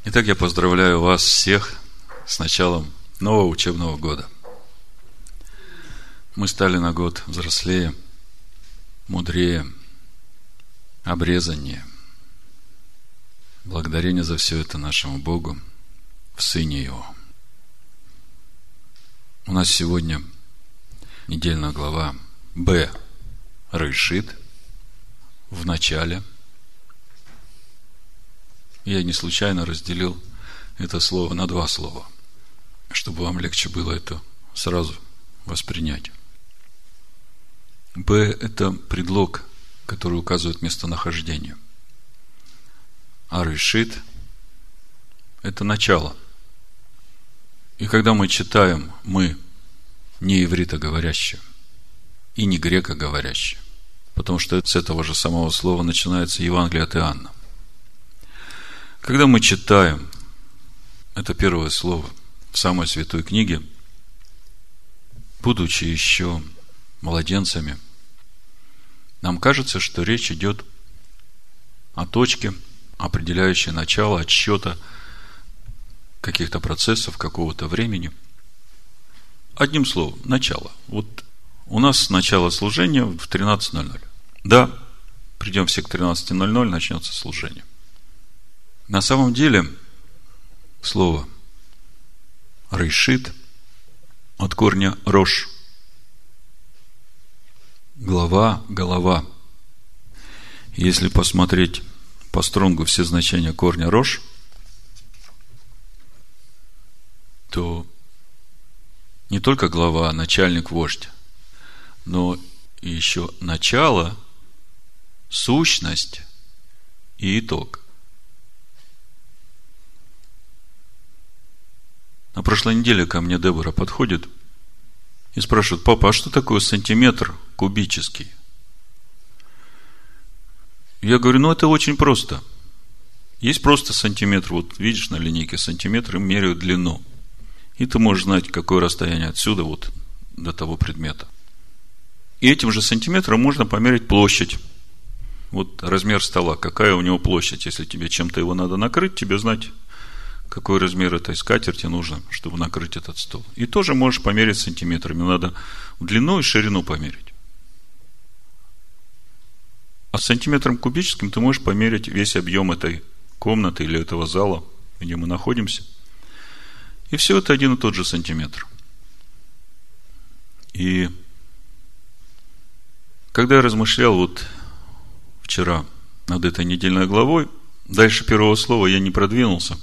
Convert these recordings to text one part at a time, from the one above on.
Итак, я поздравляю вас всех с началом нового учебного года. Мы стали на год взрослее, мудрее, обрезаннее. Благодарение за все это нашему Богу в Сыне Его. У нас сегодня недельная глава Б. Решит в начале. Я не случайно разделил это слово на два слова, чтобы вам легче было это сразу воспринять. Б – это предлог, который указывает местонахождение. А решит – это начало. И когда мы читаем, мы не ивритоговорящие и не грекоговорящие, потому что с этого же самого слова начинается Евангелие от Иоанна. Когда мы читаем это первое слово в самой святой книге, будучи еще младенцами, нам кажется, что речь идет о точке, определяющей начало отсчета каких-то процессов, какого-то времени. Одним словом, начало. Вот у нас начало служения в 13:00. Да, придем все к 13:00, начнется служение. На самом деле, слово «решит» от корня «рош». Глава, голова. Если посмотреть по Стронгу все значения корня «рош», то не только глава, а начальник, вождь, но и еще начало, сущность и итог. На прошлой неделе ко мне Дебора подходит и спрашивает: папа, а что такое сантиметр кубический? Я говорю, это очень просто. Есть просто сантиметр, вот видишь на линейке сантиметр, им меряют длину. И ты можешь знать, какое расстояние отсюда вот до того предмета. И этим же сантиметром можно померить площадь. Вот размер стола, какая у него площадь. Если тебе чем-то его надо накрыть, тебе знать, какой размер этой скатерти нужно, чтобы накрыть этот стол. И тоже можешь померить сантиметрами. Надо длину и ширину померить. А сантиметром кубическим ты можешь померить весь объем этой комнаты или этого зала, где мы находимся. И все это один и тот же сантиметр. И когда я размышлял вот вчера над этой недельной главой, дальше первого слова я не продвинулся.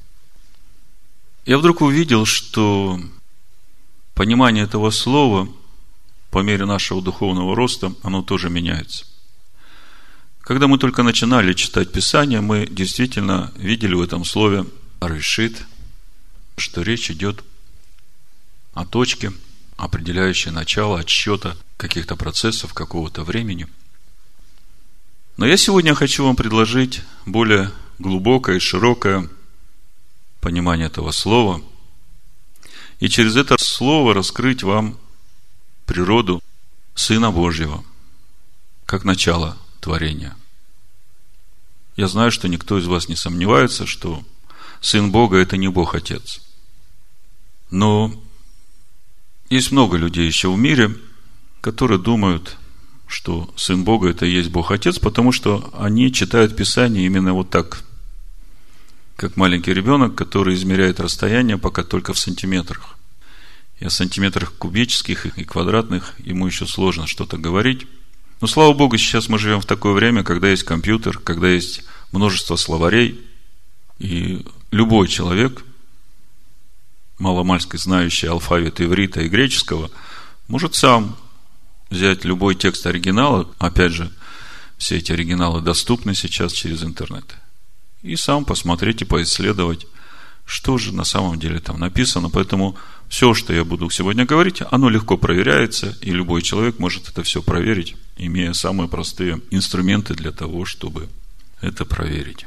Я вдруг увидел, что понимание этого слова по мере нашего духовного роста, оно тоже меняется. Когда мы только начинали читать Писание, мы действительно видели в этом слове «решит», что речь идет о точке, определяющей начало отсчета каких-то процессов, какого-то времени. Но я сегодня хочу вам предложить более глубокое и широкое понимание этого слова, и через это слово раскрыть вам природу Сына Божьего, как начало творения. Я знаю, что никто из вас не сомневается, что Сын Бога – это не Бог Отец. Но есть много людей еще в мире, которые думают, что Сын Бога – это и есть Бог Отец, потому что они читают Писание именно вот так, как маленький ребенок, который измеряет расстояние пока только в сантиметрах. И о сантиметрах кубических и квадратных ему еще сложно что-то говорить. Но, слава Богу, сейчас мы живем в такое время, когда есть компьютер, когда есть множество словарей, и любой человек, маломальски знающий алфавит иврита и греческого, может сам взять любой текст оригинала, опять же, все эти оригиналы доступны сейчас через интернет, и сам посмотреть и поисследовать, что же на самом деле там написано. Поэтому все, что я буду сегодня говорить, оно легко проверяется, и любой человек может это все проверить, имея самые простые инструменты для того, чтобы это проверить.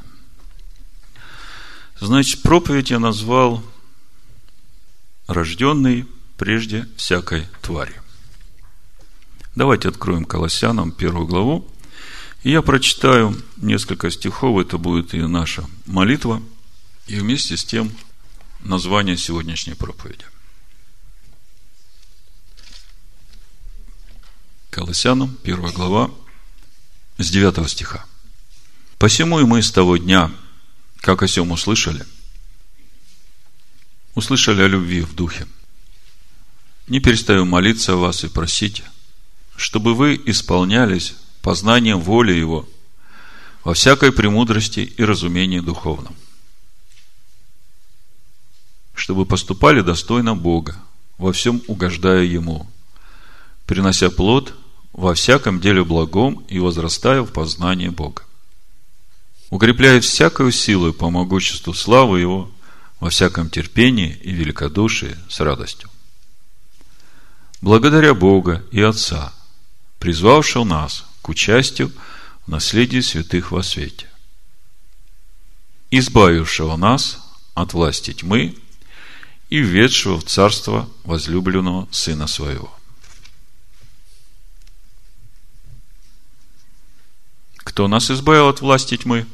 Значит, проповедь я назвал «Рожденный прежде всякой твари». Давайте откроем Колоссянам 1 главу, и я прочитаю несколько стихов, это будет и наша молитва. И вместе с тем название сегодняшней проповеди. Колоссянам, 1 глава, с 9 стиха. «Посему и мы с того дня, как о сем услышали о любви в духе. Не перестаю молиться о вас и просить, чтобы вы исполнялись познанием воли Его во всякой премудрости и разумении духовном, чтобы поступали достойно Бога, во всем угождая Ему, принося плод во всяком деле благом и возрастая в познании Бога, укрепляя всякою силой по могуществу славы Его во всяком терпении и великодушии с радостью. Благодаря Бога и Отца, призвавшего нас к участию в наследии святых во свете, избавившего нас от власти тьмы и введшего в царство возлюбленного Сына Своего». Кто нас избавил от власти тьмы?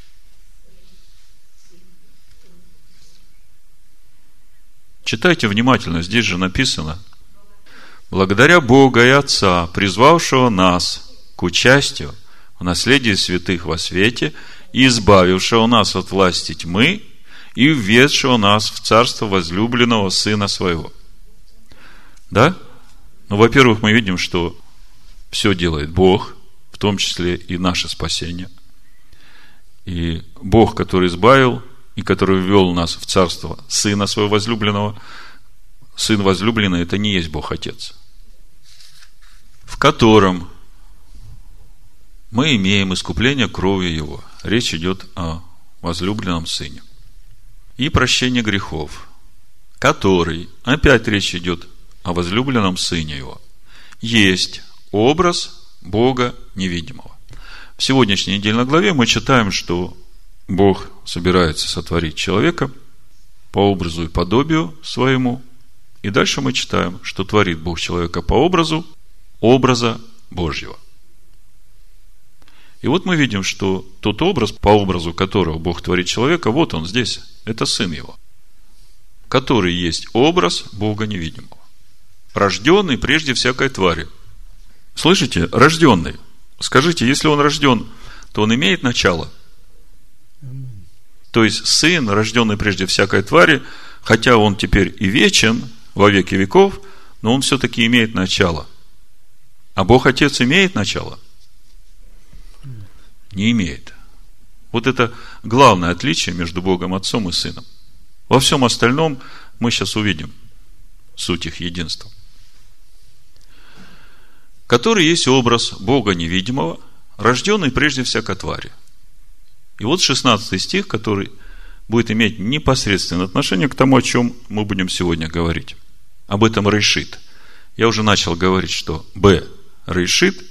Читайте внимательно, здесь же написано: благодаря Бога и Отца, призвавшего нас к участию в наследии святых во свете и избавившего нас от власти тьмы и введшего нас в царство возлюбленного Сына Своего. Да? Ну, во-первых, мы видим, что все делает Бог, в том числе и наше спасение. И Бог, который избавил и который ввел нас в царство Сына Своего возлюбленного, Сын возлюбленный – это не есть Бог Отец, в котором мы имеем искупление кровью Его. Речь идет о возлюбленном Сыне. И прощение грехов, который, опять речь идет о возлюбленном Сыне Его, есть образ Бога невидимого. В сегодняшней недельной главе мы читаем, что Бог собирается сотворить человека по образу и подобию своему. И дальше мы читаем, что творит Бог человека по образа Божьего. И вот мы видим, что тот образ, по образу которого Бог творит человека, вот он здесь, это Сын Его, который есть образ Бога невидимого, рожденный прежде всякой твари. Слышите? Рожденный. Скажите, если он рожден, то он имеет начало? То есть Сын, рожденный прежде всякой твари, хотя он теперь и вечен во веки веков, но он все-таки имеет начало. А Бог Отец имеет начало? Не имеет. Вот это главное отличие между Богом Отцом и Сыном. Во всем остальном мы сейчас увидим суть их единства. Который есть образ Бога невидимого, рожденный прежде всякой твари. И вот 16 стих, который будет иметь непосредственное отношение к тому, о чем мы будем сегодня говорить. Об этом решит. Я уже начал говорить, что Б решит.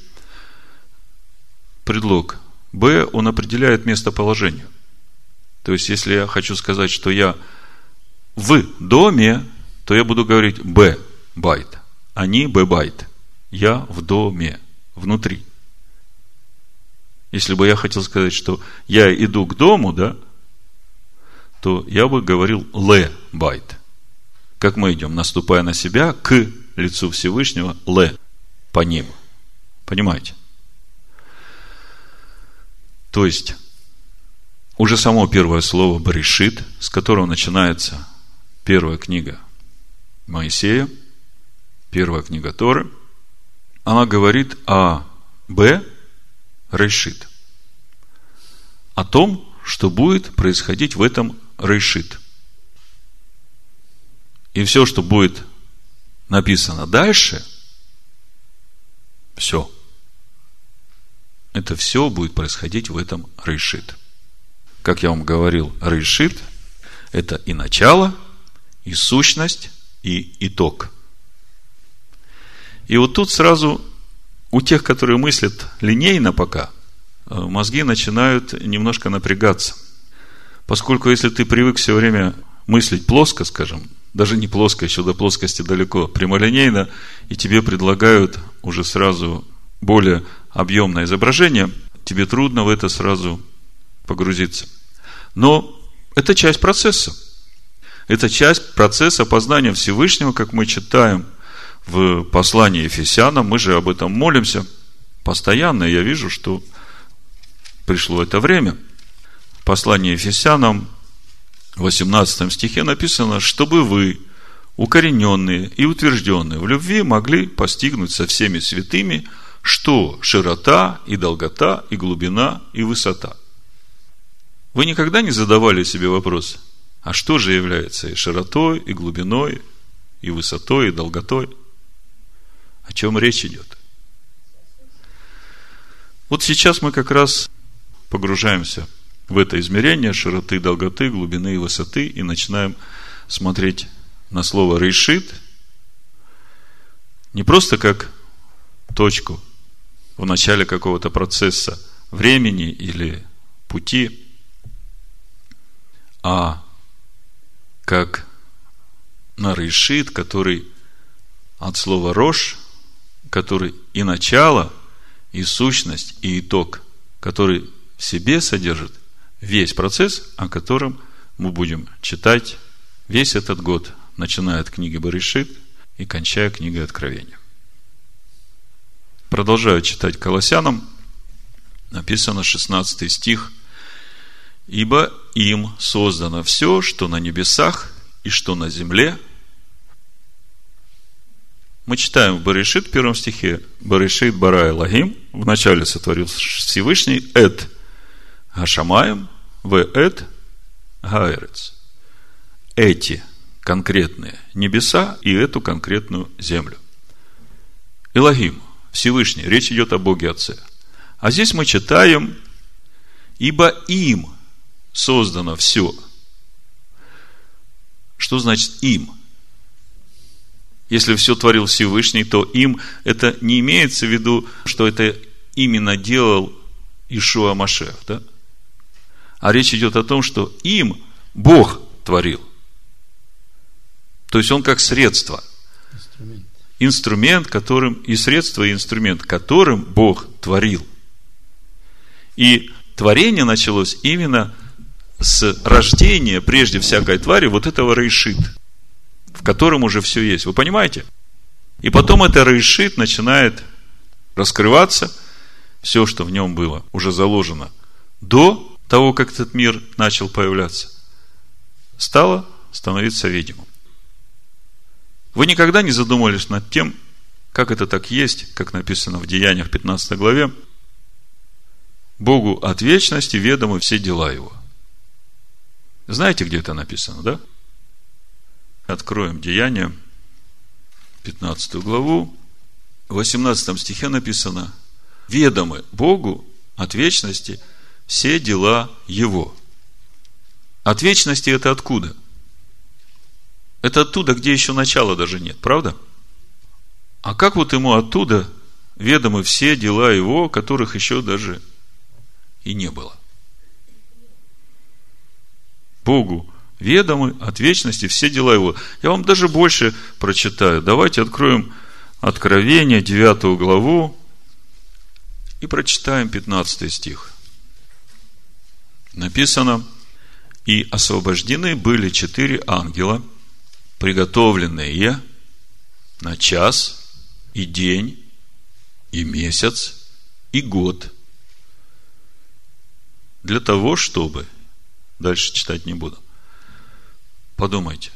Предлог Б, он определяет местоположение. То есть, если я хочу сказать, что я в доме, то я буду говорить Б байт, а не Б байт. Я в доме, внутри. Если бы я хотел сказать, что я иду к дому, да, то я бы говорил Л байт. Как мы идем, наступая на себя к лицу Всевышнего, Л по ним. Понимаете? То есть, уже само первое слово «брешит», с которого начинается первая книга Моисея, первая книга Торы, она говорит о Б решит, о том, что будет происходить в этом решит. И все, что будет написано дальше, все. Это все будет происходить в этом решит. Как я вам говорил, решит – это и начало, и сущность, и итог. И вот тут сразу у тех, которые мыслят линейно пока, мозги начинают немножко напрягаться. Поскольку если ты привык все время мыслить плоско, скажем, даже не плоско, еще до плоскости далеко, прямолинейно, и тебе предлагают уже сразу более объемное изображение, тебе трудно в это сразу погрузиться. Но Это часть процесса. Это часть процесса познания Всевышнего, как мы читаем в послании Ефесянам. Мы же об этом молимся постоянно. Я вижу, что пришло это время. В послании Ефесянам в 18 стихе написано, чтобы вы, укорененные и утвержденные в любви, могли постигнуть со всеми святыми, что широта и долгота и глубина и высота. Вы никогда не задавали себе вопрос, а что же является и широтой, и глубиной, и высотой, и долготой? О чем речь идет? Вот сейчас мы как раз погружаемся в это измерение широты, долготы, глубины и высоты и начинаем смотреть на слово «решит» не просто как точку в начале какого-то процесса времени или пути, а как на решит, который от слова «рош», который и начало, и сущность, и итог, который в себе содержит весь процесс, о котором мы будем читать весь этот год, начиная от книги Берешит и кончая книгой Откровения. Продолжаю читать Колоссянам. Написано 16 стих. «Ибо им создано все, что на небесах и что на земле». Мы читаем в Берешит, в первом стихе, Берешит бара Элохим, в начале сотворил Всевышний, эт гашамаем, в эт гаэрец. Эти конкретные небеса и эту конкретную землю. Элохим, Всевышний, речь идет о Боге Отце. А здесь мы читаем, ибо им создано все. Что значит им? Если все творил Всевышний, то им это не имеется в виду, что это именно делал Иешуа Машиах, да? А речь идет о том, что им Бог творил. То есть он как средство. Инструмент, которым и средство, и инструмент, которым Бог творил. И творение началось именно с рождения, прежде всякой твари, вот этого решит, в котором уже все есть. Вы понимаете? И потом это решит начинает раскрываться. Все, что в нем было, уже заложено до того, как этот мир начал появляться, стало становиться видимым. Вы никогда не задумывались над тем, как это так есть, как написано в Деяниях 15 главе, Богу от вечности ведомы все дела Его. Знаете, где это написано, да? Откроем Деяния, 15 главу, в 18 стихе написано: ведомы Богу от вечности все дела Его. От вечности это откуда? Это оттуда, где еще начала даже нет, правда? А как вот Ему оттуда ведомы все дела Его, которых еще даже и не было? Богу ведомы от вечности все дела Его. Я вам даже больше прочитаю. Давайте откроем Откровение, 9 главу, и прочитаем 15 стих. Написано: и освобождены были 4 ангела, приготовленные на час, и день, и месяц, и год, для того, чтобы... Дальше читать не буду. Подумайте.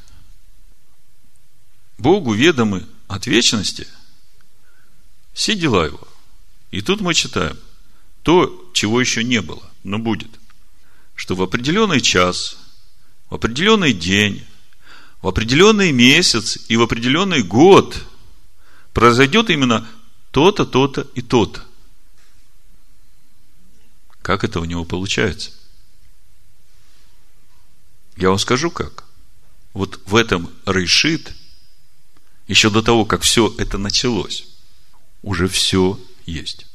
Богу ведомы от вечности все дела Его. И тут мы читаем то, чего еще не было, но будет. Что в определенный час, в определенный день, в определенный месяц и в определенный год произойдет именно то-то, то-то и то-то. Как это у него получается? Я вам скажу как. Вот в этом решит, еще до того, как все это началось, уже все есть.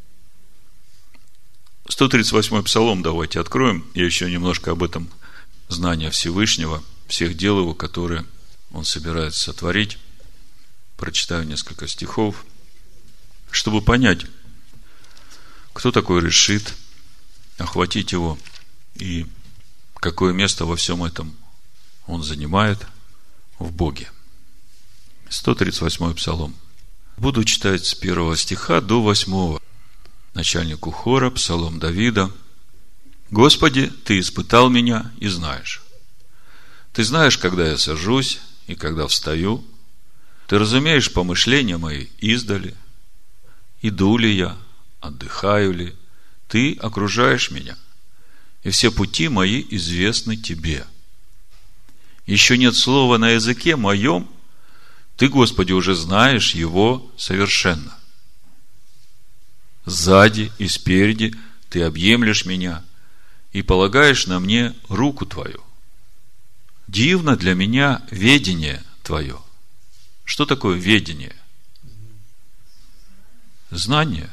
138-й Псалом давайте откроем. Я еще немножко об этом знания Всевышнего, всех дел Его, которые Он собирается сотворить. Прочитаю несколько стихов, чтобы понять, кто такой решит, охватить его и какое место во всем этом он занимает в Боге. 138-й Псалом. Буду читать с 1 стиха до 8. Начальнику хора, Псалом Давида. «Господи, Ты испытал меня и знаешь. Ты знаешь, когда я сажусь и когда встаю. Ты разумеешь помышления мои издали. Иду ли я, отдыхаю ли, Ты окружаешь меня, и все пути мои известны Тебе. Еще нет слова на языке моем, Ты, Господи, уже знаешь его совершенно. Сзади и спереди Ты объемлешь меня и полагаешь на мне руку Твою. Дивно для меня ведение Твое». Что такое ведение? Знание.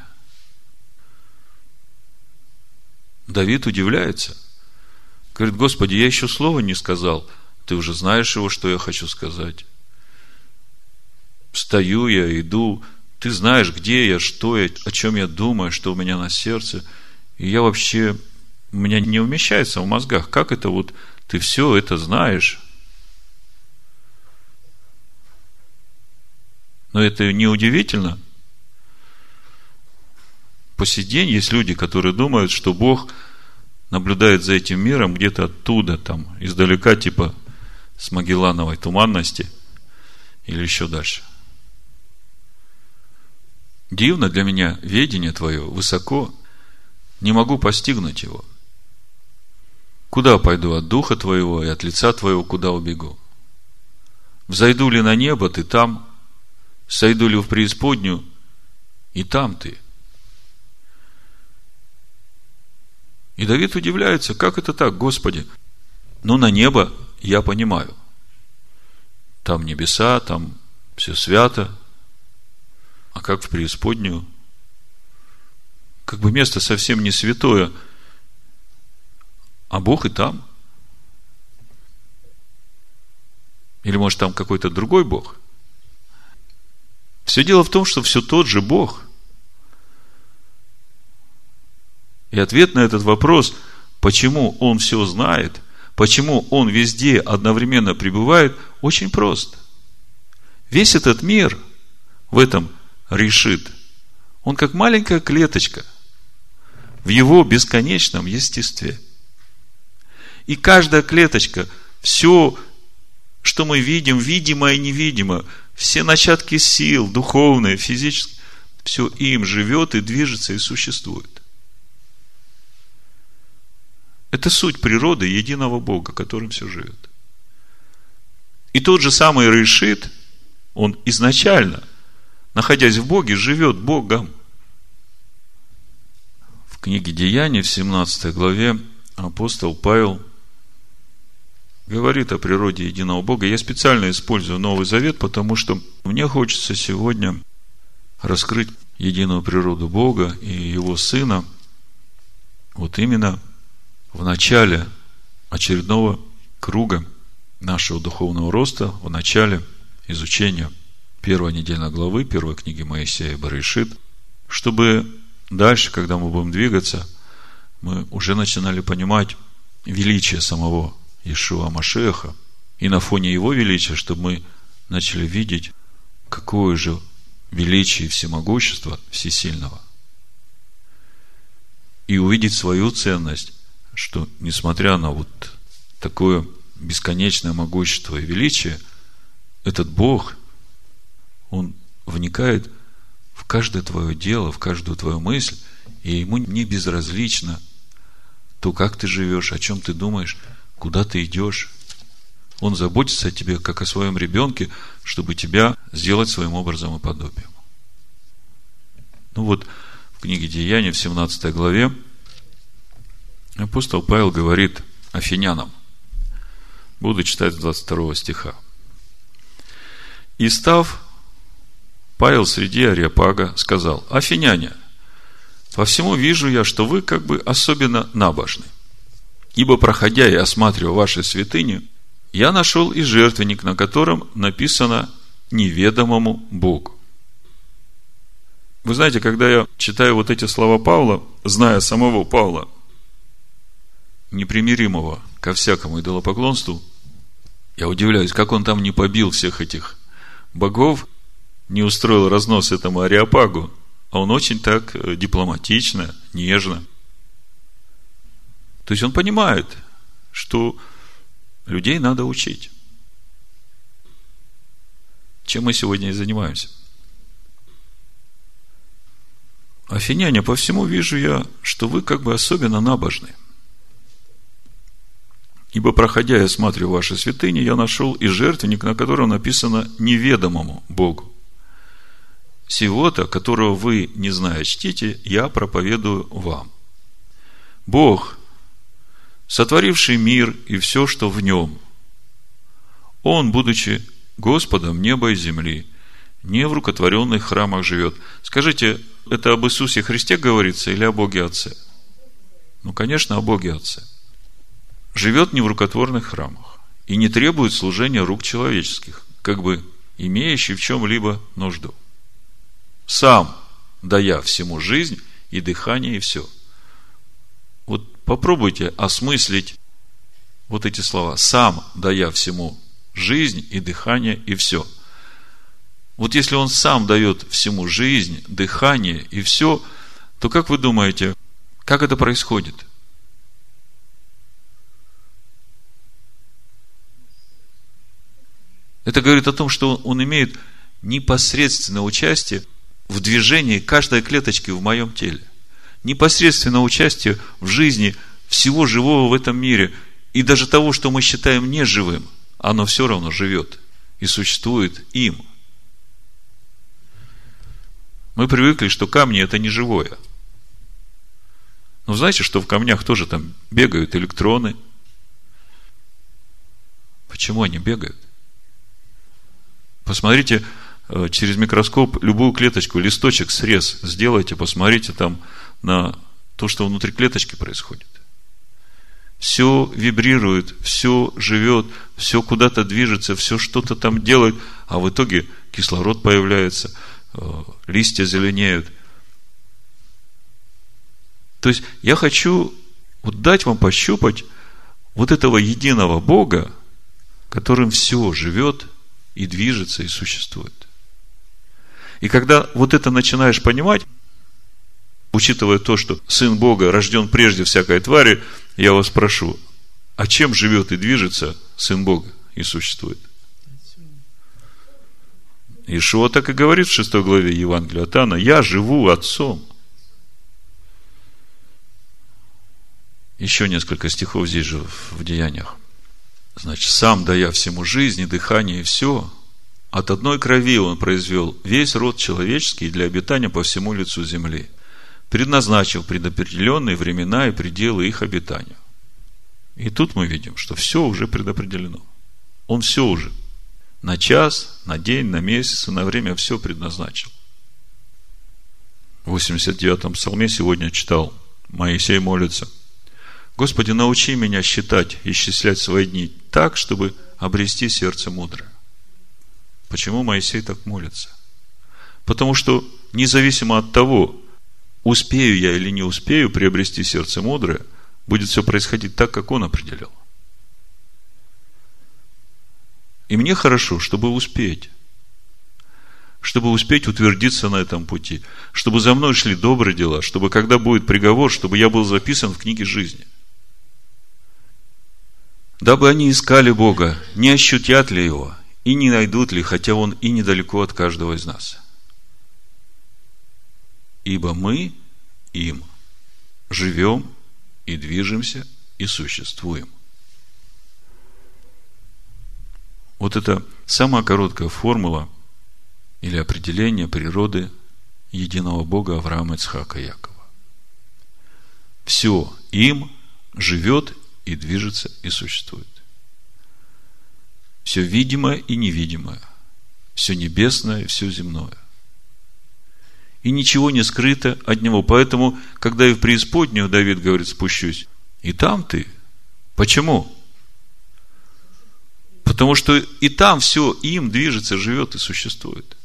Давид удивляется. Говорит: Господи, я еще слова не сказал, Ты уже знаешь его, что я хочу сказать. Встаю я, иду, Ты знаешь, где я, что я, о чем я думаю, что у меня на сердце. И я вообще, у меня не умещается в мозгах. Как это вот Ты все это знаешь? Но это не удивительно. По сей день есть люди, которые думают, что Бог наблюдает за этим миром где-то оттуда, там, издалека, типа с Магеллановой туманности или еще дальше. Дивно для меня ведение Твое высоко, не могу постигнуть его. Куда пойду от Духа Твоего и от лица Твоего, куда убегу? Взойду ли на небо, Ты там? Сойду ли в преисподнюю, и там Ты? И Давид удивляется: как это так, Господи? Ну, на небо я понимаю. Там небеса, там все свято. А как в преисподнюю? Как бы место совсем не святое, а Бог и там. Или, может, там какой-то другой Бог? Все дело в том, что все тот же Бог. И ответ на этот вопрос, почему Он все знает, почему Он везде одновременно пребывает, очень прост. Весь этот мир в этом решит. Он как маленькая клеточка в его бесконечном естестве. И каждая клеточка, все, что мы видим, видимо и невидимо, все начатки сил, духовные, физические, все им живет и движется и существует. Это суть природы единого Бога, которым все живет. И тот же самый решит, он изначально, находясь в Боге, живет Богом. В книге Деяний, в 17 главе, апостол Павел говорит о природе единого Бога. Я специально использую Новый Завет, потому что мне хочется сегодня раскрыть единую природу Бога и Его Сына вот именно в начале очередного круга нашего духовного роста, в начале изучения первой недельной главы, первой книги Моисея Берешит, чтобы дальше, когда мы будем двигаться, мы уже начинали понимать величие самого Иешуа Машиаха, и на фоне его величия, чтобы мы начали видеть, какое же величие и всемогущество Всесильного, и увидеть свою ценность, что несмотря на вот такое бесконечное могущество и величие, этот Бог, Он вникает в каждое твое дело, в каждую твою мысль, и Ему не безразлично то, как ты живешь, о чем ты думаешь, куда ты идешь. Он заботится о тебе, как о своем ребенке, чтобы тебя сделать своим образом и подобием. Ну вот, в книге Деяний, в 17 главе, апостол Павел говорит афинянам. Буду читать с 22 стиха. «И став, Павел среди Ареопага сказал: афиняне, по всему вижу я, что вы как бы особенно набожны. Ибо, проходя и осматривая ваши святыни, я нашел и жертвенник, на котором написано неведомому Богу». Вы знаете, когда я читаю вот эти слова Павла, зная самого Павла, непримиримого ко всякому идолопоклонству, я удивляюсь, как он там не побил всех этих богов, не устроил разнос этому Ареопагу, а он очень так дипломатично, нежно. То есть он понимает, что людей надо учить. Чем мы сегодня и занимаемся. Афиняне, по всему вижу я, что вы как бы особенно набожны. Ибо, проходя и осматривая ваши святыни, я нашел и жертвенник, на котором написано «неведомому Богу». Сего-то, которого вы, не зная, чтите, я проповедую вам. Бог, сотворивший мир и все, что в нем, Он, будучи Господом неба и земли, не в рукотворенных храмах живет. Скажите, это об Иисусе Христе говорится или о Боге Отце? Ну, конечно, о Боге Отце. Живет не в рукотворных храмах и не требует служения рук человеческих, как бы имеющий в чем-либо нужду. Сам дая всему жизнь и дыхание, и все. Вот попробуйте осмыслить вот эти слова. Сам дая всему жизнь и дыхание, и все. Вот если он сам дает всему жизнь, дыхание и все, то как вы думаете, как это происходит? Это говорит о том, что он имеет непосредственное участие в движении каждой клеточки в моем теле. Непосредственное участие в жизни всего живого в этом мире. И даже того, что мы считаем неживым, оно все равно живет и существует им. Мы привыкли, что камни это не живое. Но знаете, что в камнях тоже там бегают электроны? Почему они бегают? Посмотрите через микроскоп любую клеточку, листочек, срез сделайте, посмотрите там на то, что внутри клеточки происходит. Все вибрирует, все живет, все куда-то движется, все что-то там делает, а в итоге кислород появляется, листья зеленеют. То есть я хочу вот дать вам пощупать вот этого единого Бога, которым все живет и движется, и существует. И когда вот это начинаешь понимать, учитывая то, что Сын Бога рожден прежде всякой твари, я вас прошу, а чем живет и движется Сын Бога и существует? Иешуа так и говорит в 6 главе Евангелия от Иоанна: я живу Отцом. Еще несколько стихов здесь же в Деяниях. Значит, сам дая всему жизнь и дыхание и все, от одной крови он произвел весь род человеческий для обитания по всему лицу земли, предназначив предопределенные времена и пределы их обитания. И тут мы видим, что все уже предопределено. Он все уже на час, на день, на месяц, на время все предназначил. В 89-м псалме сегодня читал, Моисей молится: Господи, научи меня считать и исчислять свои дни так, чтобы обрести сердце мудрое. Почему Моисей так молится? Потому что независимо от того, успею я или не успею приобрести сердце мудрое, будет все происходить так, как он определил. И мне хорошо, чтобы успеть утвердиться на этом пути, чтобы за мной шли добрые дела, чтобы когда будет приговор, чтобы я был записан в книге жизни. Дабы они искали Бога, не ощутят ли Его, и не найдут ли, хотя Он и недалеко от каждого из нас. Ибо мы им живем и движемся и существуем. Вот это самая короткая формула или определение природы единого Бога Авраама, Ицхака и Якова. Все им живет и движется и существует. Все видимое и невидимое, все небесное и все земное. И ничего не скрыто от него. Поэтому, когда и в преисподнюю Давид говорит: спущусь, и там ты. Почему? Потому что и там все им движется, живет и существует.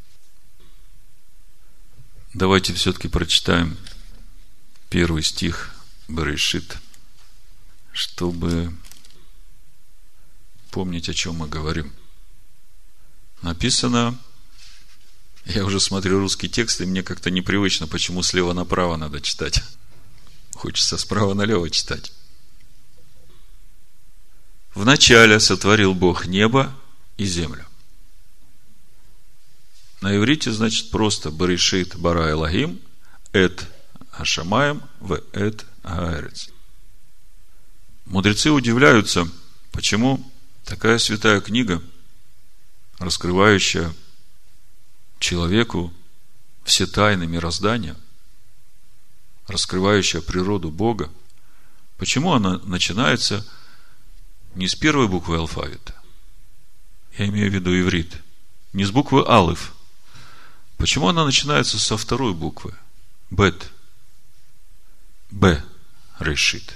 Давайте все-таки прочитаем 1 стих Берешит, чтобы помнить, о чем мы говорим. Написано, я уже смотрю русский текст, и мне как-то непривычно, почему слева направо надо читать. Хочется справа налево читать. Вначале сотворил Бог небо и землю. На иврите значит просто «Берешит бара Элохим, эт хашамаем, в эт гаарец». Мудрецы удивляются, почему такая святая книга, раскрывающая человеку все тайны мироздания, раскрывающая природу Бога, почему она начинается не с первой буквы алфавита, я имею в виду иврит, не с буквы алиф. Почему она начинается со второй буквы? Бет. Б. Решит.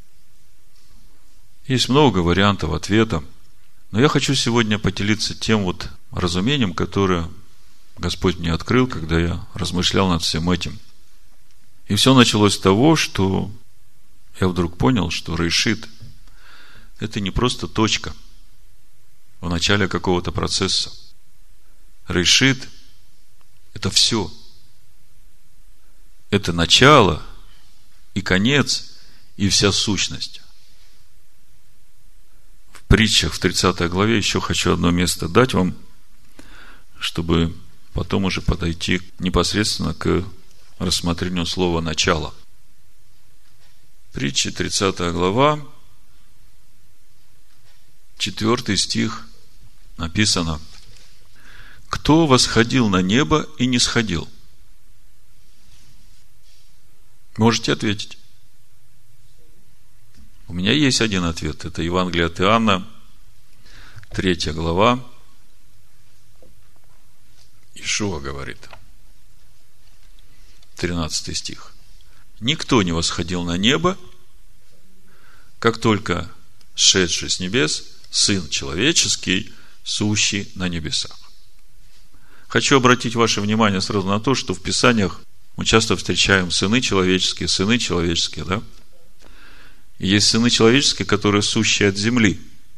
Есть много вариантов ответа, но я хочу сегодня поделиться тем разумением, которое Господь мне открыл, когда я размышлял над всем этим. И все началось с того, что я вдруг понял, что решит – это не просто точка в начале какого-то процесса. Решит – это все. Это начало и конец, и вся сущность. В притчах в 30 главе еще хочу одно место дать вам, чтобы потом уже подойти непосредственно к рассмотрению слова «начало». Притчи 30 глава, 4 стих написано: «Кто восходил на небо и не сходил?» Можете ответить. У меня есть один ответ. Это Евангелие от Иоанна, 3 глава. Иешуа говорит, 13 стих. «Никто не восходил на небо, как только сшедший с небес Сын Человеческий, сущий на небесах». Хочу обратить ваше внимание сразу на то, что в Писаниях мы часто встречаем сыны человеческие, да? И есть сыны человеческие, которые сущие от земли.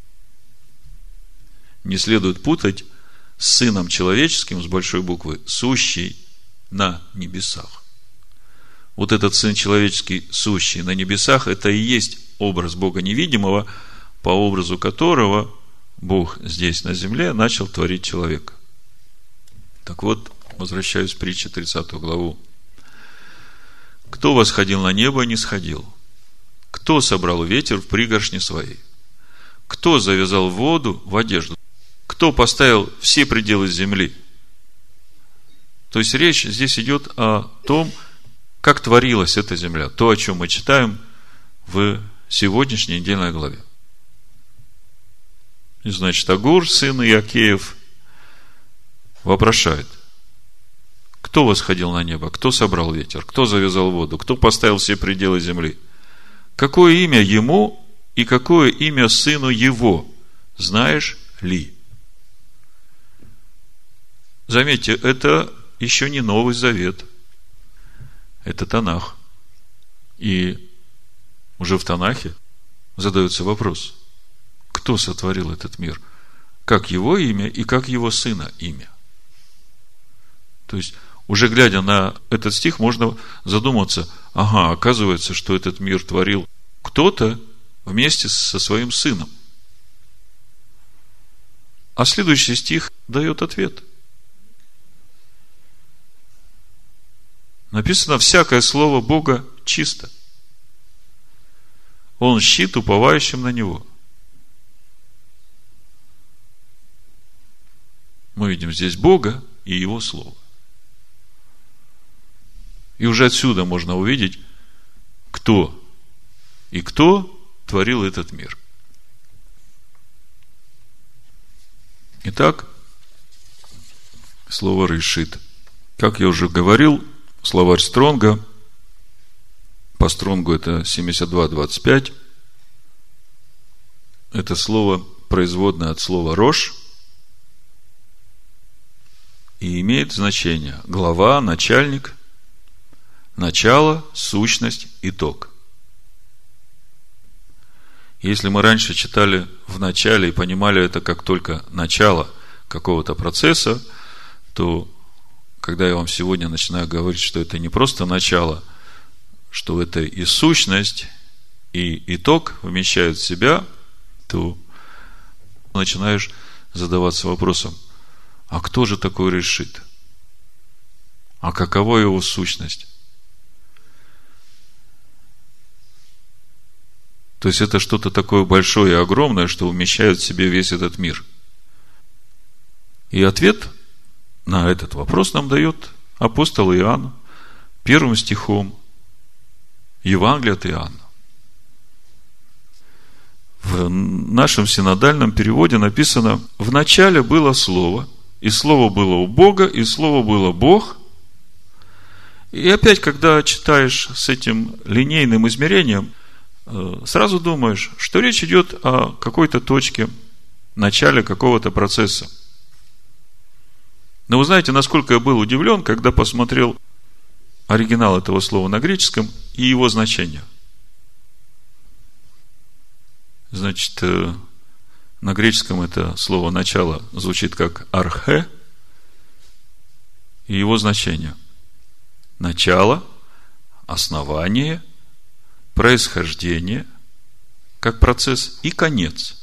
Не следует путать с сыном человеческим, с большой буквы, сущий на небесах. Вот этот сын человеческий, сущий на небесах, это и есть образ Бога невидимого, по образу которого Бог здесь на земле начал творить человека. Так вот, возвращаюсь к притче 30 главу. «Кто восходил на небо и не сходил? Кто собрал ветер в пригоршни своей? Кто завязал воду в одежду? Кто поставил все пределы земли?» То есть речь здесь идет о том, как творилась эта земля. То, о чем мы читаем в сегодняшней недельной главе. И значит, Агур, сын Иакеев, вопрошает: кто восходил на небо, кто собрал ветер, кто завязал воду, кто поставил все пределы земли? Какое имя ему и какое имя сыну его, знаешь ли? Заметьте, это еще не Новый Завет, это Танах. И уже в Танахе задается вопрос: кто сотворил этот мир? Как его имя и как его сына имя? То есть, уже глядя на этот стих, можно задуматься: ага, оказывается, что этот мир творил кто-то вместе со своим сыном. А следующий стих дает ответ. Написано: всякое слово Бога чисто. Он щит уповающим на Него. Мы видим здесь Бога и Его Слово. И уже отсюда можно увидеть, кто творил этот мир. Итак, слово «решит». Как я уже говорил, словарь Стронга, по Стронгу это 72:25, это слово производное от слова «рош» и имеет значение глава, начальник, начало, сущность, итог. Если мы раньше читали в начале и понимали это как только начало какого-то процесса, то когда я вам сегодня начинаю говорить, что это не просто начало, что это и сущность, и итог вмещают в себя, то начинаешь задаваться вопросом: а кто же такой решит? А какова его сущность? То есть это что-то такое большое и огромное, что вмещает в себе весь этот мир. И ответ на этот вопрос нам дает апостол Иоанн 1 стихом Евангелия от Иоанна. В нашем синодальном переводе написано: в начале было Слово, и Слово было у Бога, и Слово было Бог. И опять, когда читаешь с этим линейным измерением, сразу думаешь, что речь идет о какой-то точке, начале какого-то процесса. Но вы знаете, насколько я был удивлен, когда посмотрел оригинал этого слова на греческом и его значение. Значит, на греческом это слово «начало» звучит как «архе», и его значение: начало, основание, происхождение, как процесс, и конец.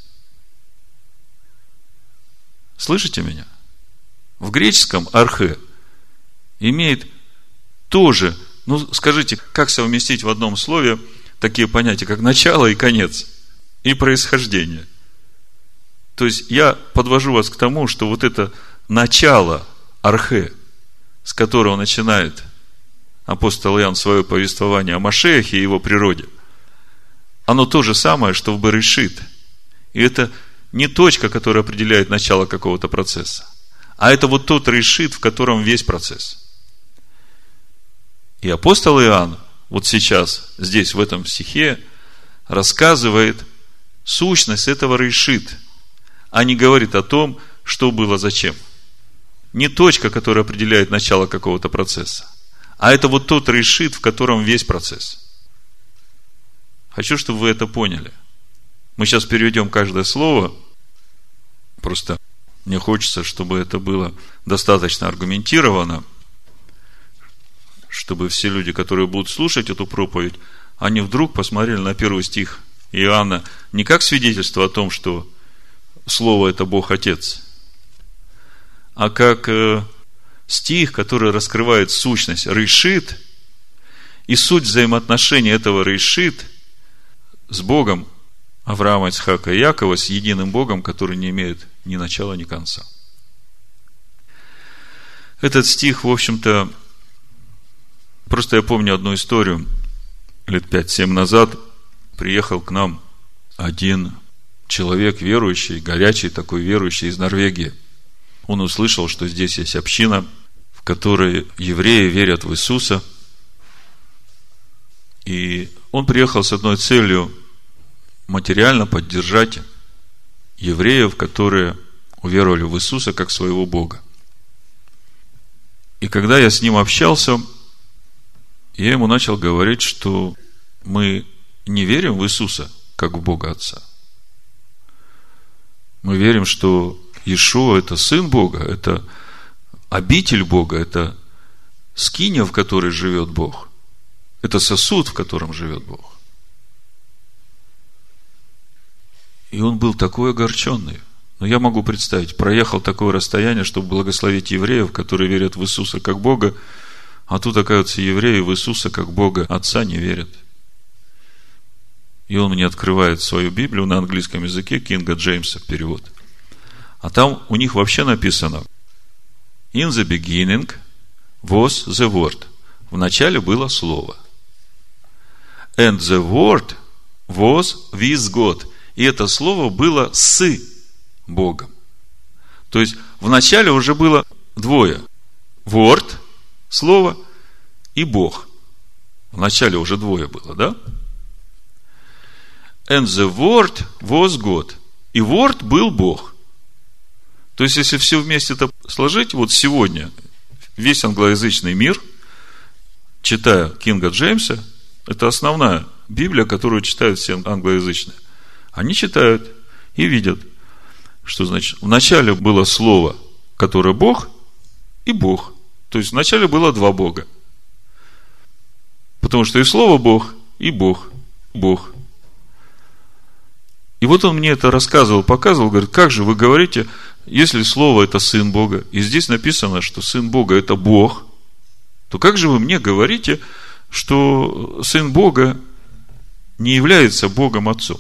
Слышите меня? В греческом «архе» имеет тоже, скажите, как совместить в одном слове такие понятия, как начало и конец, и происхождение? То есть, я подвожу вас к тому, что вот это начало «архе», с которого начинает апостол Иоанн свое повествование о Машиахе и его природе, оно то же самое, что в Берешит. И это не точка, которая определяет начало какого-то процесса, а это вот тот решит, в котором весь процесс. И апостол Иоанн вот сейчас, здесь, в этом стихе, рассказывает сущность этого решит, а не говорит о том, что было зачем. Не точка, которая определяет начало какого-то процесса, а это вот тот решит, в котором весь процесс. Хочу, чтобы вы это поняли. Мы сейчас переведем каждое слово. Просто мне хочется, чтобы это было достаточно аргументировано, чтобы все люди, которые будут слушать эту проповедь, они вдруг посмотрели на 1 стих Иоанна не как свидетельство о том, что Слово – это Бог Отец, а как стих, который раскрывает сущность решит и суть взаимоотношений этого решит с Богом Авраама, Ицхака и Якова, с единым Богом, который не имеет ни начала, ни конца. Этот стих, в общем-то, просто я помню одну историю. Лет 5-7 назад приехал к нам один человек верующий, горячий такой верующий из Норвегии. Он услышал, что здесь есть община, в которой евреи верят в Иисуса. И он приехал с одной целью: материально поддержать евреев, которые уверовали в Иисуса как своего Бога. И когда я с ним общался, я ему начал говорить, что мы не верим в Иисуса как в Бога Отца. Мы верим, что Иешуа – это Сын Бога, это обитель Бога, это скиния, в которой живет Бог, это сосуд, в котором живет Бог. И он был такой огорченный. Но я могу представить, проехал такое расстояние, чтобы благословить евреев, которые верят в Иисуса как Бога, а тут, оказывается, евреи в Иисуса как Бога Отца не верят. И он мне открывает свою Библию на английском языке, Кинга Джеймса перевод. А там у них вообще написано: In the beginning was the word. В начале было Слово. And the word was with God. И это Слово было с Богом. То есть, в начале уже было двое. Word, Слово, и Бог. В начале уже двое было, да? And the word was God. И Word был Бог. То есть, если все вместе это сложить, вот сегодня весь англоязычный мир, читая Кинга Джеймса, это основная Библия, которую читают все англоязычные. Они читают и видят, что значит, вначале было слово, которое Бог, и Бог. То есть вначале было два Бога. Потому что и слово Бог, и Бог. Бог. И вот он мне это рассказывал, показывал, говорит, как же вы говорите, если слово это Сын Бога, и здесь написано, что Сын Бога это Бог, то как же вы мне говорите, что Сын Бога не является Богом Отцом?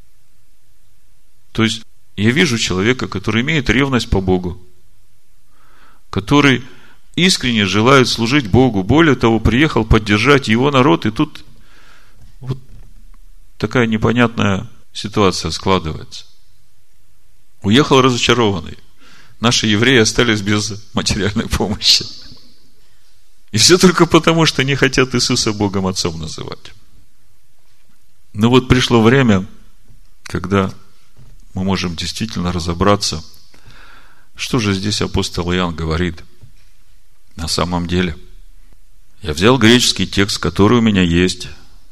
То есть, я вижу человека, который имеет ревность по Богу, который искренне желает служить Богу, более того, приехал поддержать его народ, и тут вот такая непонятная ситуация складывается. Уехал разочарованный. Наши евреи остались без материальной помощи. И все только потому, что не хотят Иисуса Богом Отцом называть. Но вот пришло время, когда мы можем действительно разобраться, что же здесь апостол Иоанн говорит на самом деле. Я взял греческий текст, который у меня есть,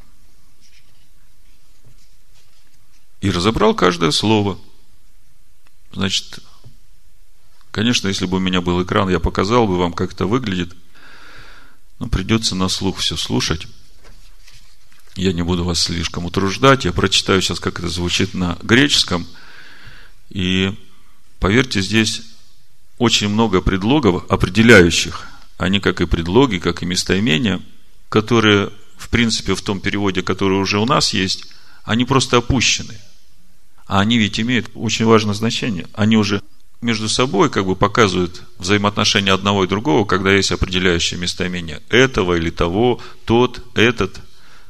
и разобрал каждое слово. Значит, конечно, если бы у меня был экран, я показал бы вам, как это выглядит, но придется на слух все слушать. Я не буду вас слишком утруждать. Я прочитаю сейчас, как это звучит на греческом. И поверьте, здесь очень много предлогов, определяющих. Они как и предлоги, как и местоимения, которые, в принципе, в том переводе, который уже у нас есть, они просто опущены. А они ведь имеют очень важное значение. Они уже между собой как бы показывают взаимоотношения одного и другого, когда есть определяющее местоимение этого или того, тот, этот.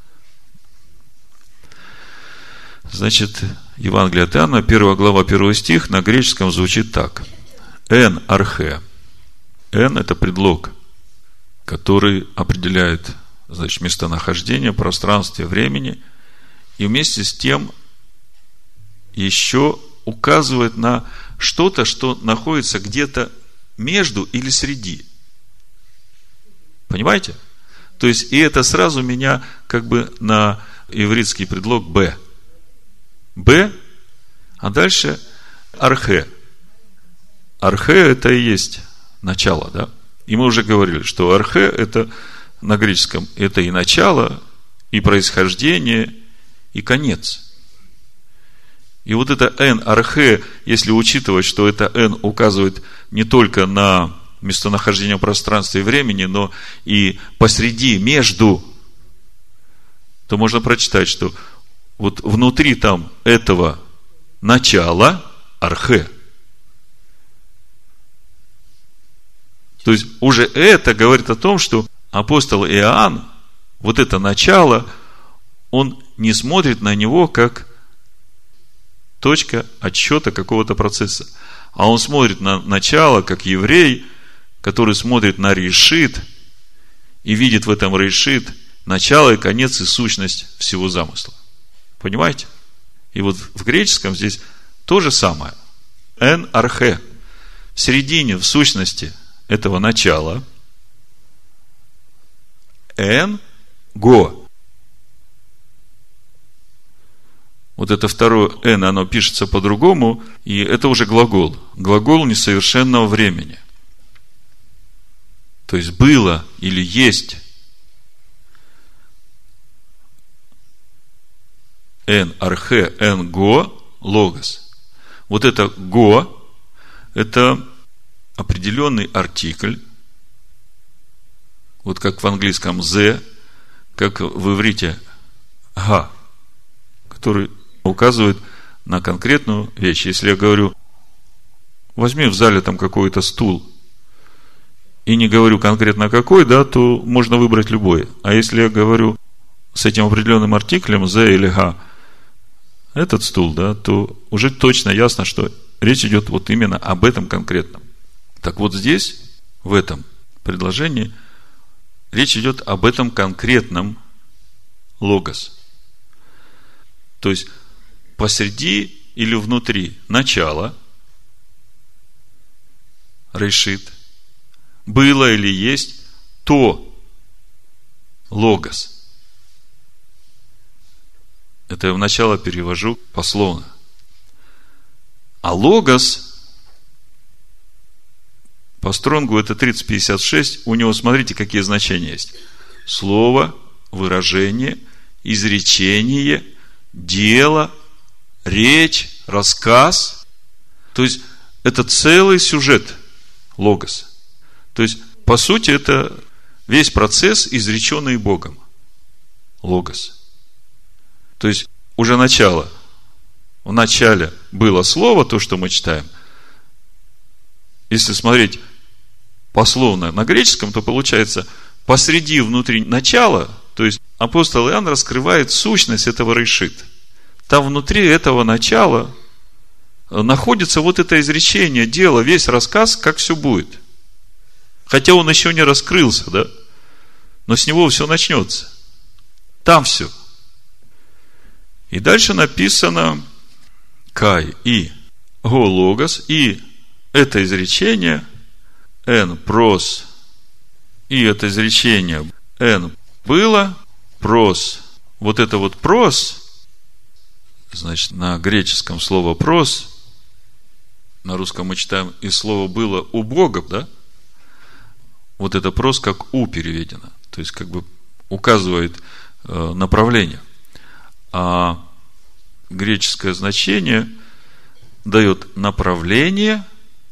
Значит, Евангелие от Иоанна, 1 глава, 1 стих, на греческом звучит так. Эн архе. Эн – это предлог, который определяет, значит, местонахождение, пространстве, времени, и вместе с тем еще указывает на что-то, что находится где-то между или среди. Понимаете? То есть, и это сразу меня как бы на ивритский предлог «б». «Б», а дальше «архе». «Архе» – это и есть начало, да? И мы уже говорили, что «архе» – это на греческом, это и начало, и происхождение, и конец. И вот это «эн архе», если учитывать, что это «эн» указывает не только на местонахождение пространства и времени, но и посреди, между, то можно прочитать, что вот внутри там этого начала архе. То есть уже это говорит о том, что апостол Иоанн, вот это начало, он не смотрит на него как точка отсчета какого-то процесса, а он смотрит на начало как еврей, который смотрит на решит и видит в этом решит начало и конец и сущность всего замысла. Понимаете? И вот в греческом здесь то же самое. Эн архе. В середине, в сущности этого начала эн го. Вот это второе эн, оно пишется по-другому, и это уже глагол. Глагол несовершенного времени. То есть было или есть. Эн архе, эн го, логос. Вот это го, это определенный артикль, вот как в английском the, как в иврите га, который указывает на конкретную вещь. Если я говорю, возьми в зале там какой-то стул, и не говорю конкретно какой, да, то можно выбрать любой. А если я говорю с этим определенным артиклем the или га, этот стул, да, то уже точно ясно, что речь идет вот именно об этом конкретном. Так вот здесь, в этом предложении, речь идет об этом конкретном логос. То есть, посреди или внутри начала, решит, было или есть то логос. Это я вначале перевожу пословно. А логос по Стронгу это 3056. У него, смотрите, какие значения есть. Слово, выражение, изречение, дело, речь, рассказ. То есть, это целый сюжет логос. То есть, по сути, это весь процесс, изреченный Богом. Логос. То есть, уже начало. В начале было слово, то, что мы читаем. Если смотреть пословно на греческом, то получается, посреди, внутри начала, то есть, апостол Иоанн раскрывает сущность этого решит. Там внутри этого начала находится вот это изречение, дело, весь рассказ, как все будет. Хотя он еще не раскрылся, да? Но с него все начнется. Там все. И дальше написано Кай и го логос, и это изречение эн прос, и это изречение эн было прос. Вот это вот прос, значит, на греческом слово прос, на русском мы читаем, и слово было у Бога, да? Вот это прос как у переведено. То есть, как бы указывает направление. А греческое значение дает направление,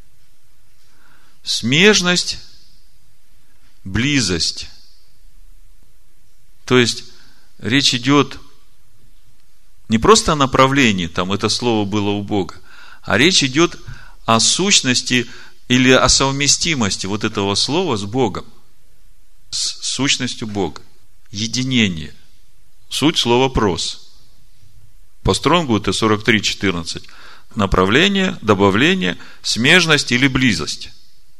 смежность, близость. То есть, речь идет не просто о направлении, там это слово было у Бога, а речь идет о сущности или о совместимости вот этого слова с Богом, с сущностью Бога. Единение. Суть слова прос. По Стронгу это 43:14. Направление, добавление, смежность или близость.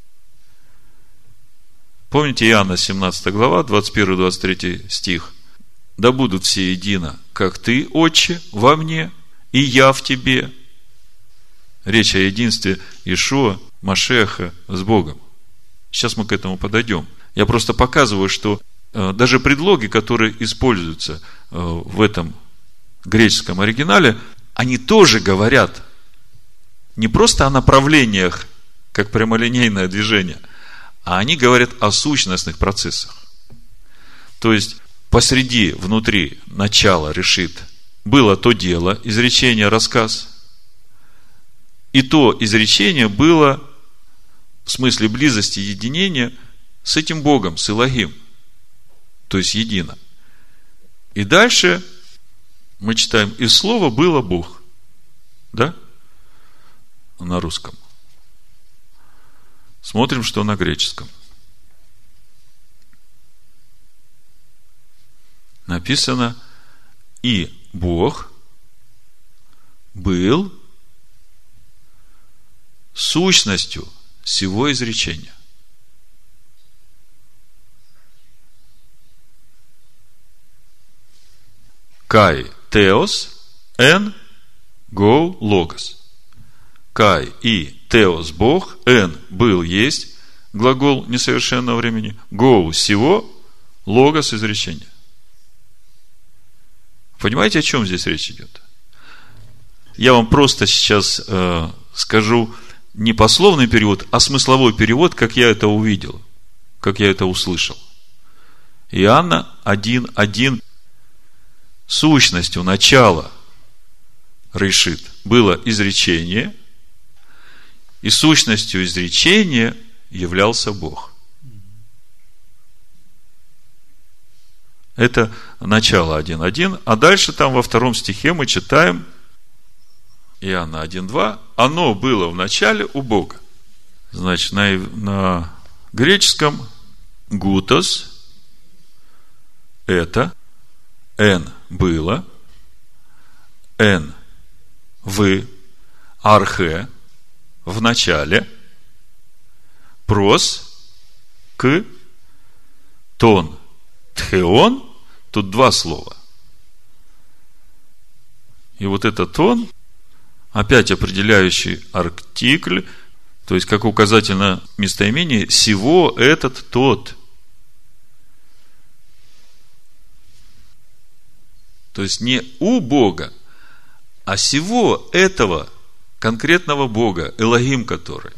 Помните Иоанна 17 глава, 21-23 стих. Да будут все едино, как ты, Отче, во мне, и я в тебе. Речь о единстве Иешуа, Машеха с Богом. Сейчас мы к этому подойдем. Я просто показываю, что даже предлоги, которые используются в этом греческом оригинале, они тоже говорят не просто о направлениях, как прямолинейное движение, а они говорят о сущностных процессах. То есть, посреди, внутри, начала решит, было то дело, изречение, рассказ, и то изречение было в смысле близости, единения с этим Богом, с Элохим, то есть едино. И дальше мы читаем, и слово было Бог. Да? На русском. Смотрим, что на греческом. Написано, и Бог был сущностью сего изречения. Кай теос эн го логос. Кай и теос Бог, эн был есть, глагол несовершенного времени, го сего, логос изречения. Понимаете, о чем здесь речь идет? Я вам просто сейчас скажу не пословный перевод, а смысловой перевод, как я это увидел, как я это услышал. Иоанна 1:1. Сущностью начала решит было изречение, и сущностью изречения являлся Бог. Это начало 1:1, а дальше там во 2 стихе мы читаем Иоанна 1:2. Оно было в начале у Бога. Значит, на греческом гутос это эн было, эн в архе в начале, прос к тон тхеон. Тут два слова. И вот этот тон, опять определяющий артикль, то есть как указательное местоимение, сего, этот, тот. То есть не у Бога, а сего этого конкретного Бога, Элохим который.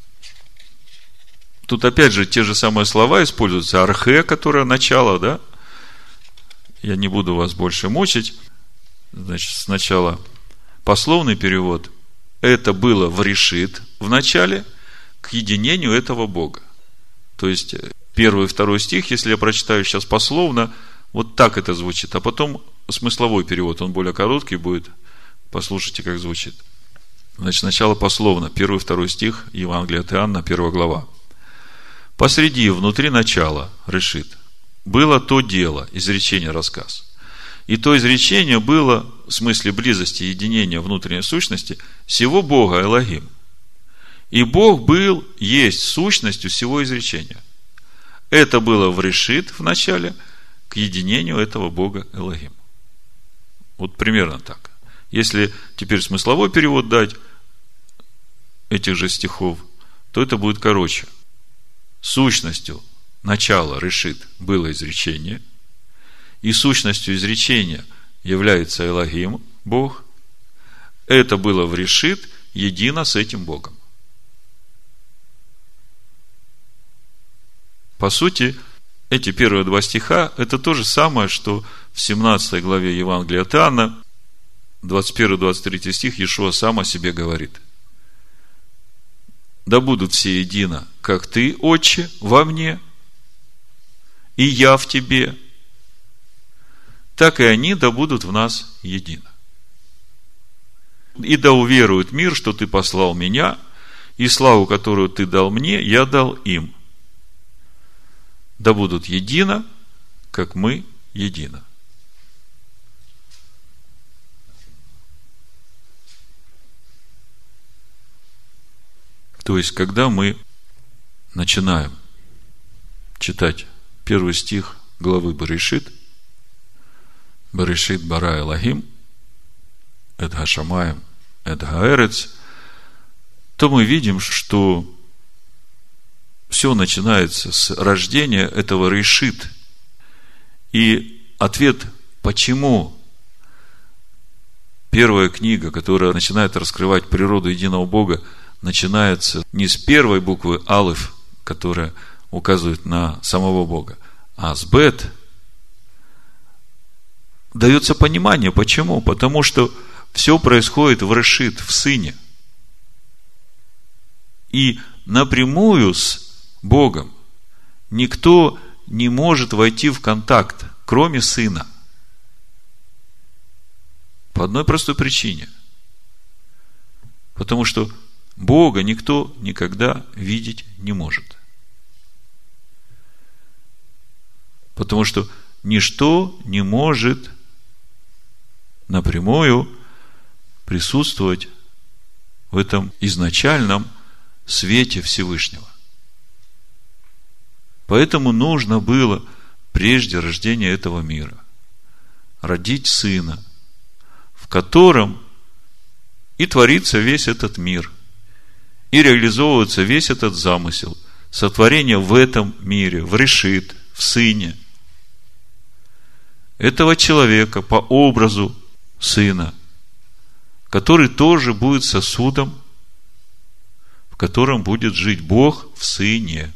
Тут опять же те же самые слова используются. Архе, которое начало, да? Я не буду вас больше мучить. Значит, сначала пословный перевод. Это было в решит в начале к единению этого Бога. То есть, 1 и 2 стих, если я прочитаю сейчас пословно, вот так это звучит. А потом смысловой перевод, он более короткий будет. Послушайте, как звучит. Значит, сначала пословно. 1 и 2 стих, Евангелие от Иоанна, 1 глава. Посреди, внутри начала, решит, было то дело, изречение, рассказ. И то изречение было, в смысле близости, единения внутренней сущности, сего Бога Элохим. И Бог был, есть сущностью всего изречения. Это было в решит в начале к единению этого Бога Элохим. Вот примерно так. Если теперь смысловой перевод дать этих же стихов, то это будет короче. Сущностью начала решит было изречение, и сущностью изречения является Элохим, Бог. Это было в решит едино с этим Богом. По сути, эти первые 2 стиха – это то же самое, что в 17 главе Евангелия от Иоанна, 21-23 стих, Иешуа сам о себе говорит. Да будут все едино, как ты, Отче, во мне, и я в тебе, так и они да будут в нас едино. И да уверует мир, что ты послал меня, и славу, которую ты дал мне, я дал им. Да будут едино, как мы едино. То есть, когда мы начинаем читать 1 стих главы Берешит, Берешит бара Элохим, эт гашамаем, эт гаэрец, то мы видим, что все начинается с рождения этого решит. И ответ, почему первая книга, которая начинает раскрывать природу единого Бога, начинается не с первой буквы алеф, которая указывает на самого Бога, а с бет, дается понимание. Почему? Потому что все происходит в решит, в Сыне. И напрямую с Богом никто не может войти в контакт, кроме Сына. По одной простой причине. Потому что Бога никто никогда видеть не может. Потому что ничто не может напрямую присутствовать в этом изначальном свете Всевышнего. Поэтому нужно было прежде рождения этого мира родить Сына, в котором и творится весь этот мир, и реализовывается весь этот замысел сотворения в этом мире, в решит, в Сыне. Этого человека по образу Сына, который тоже будет сосудом, в котором будет жить Бог в Сыне.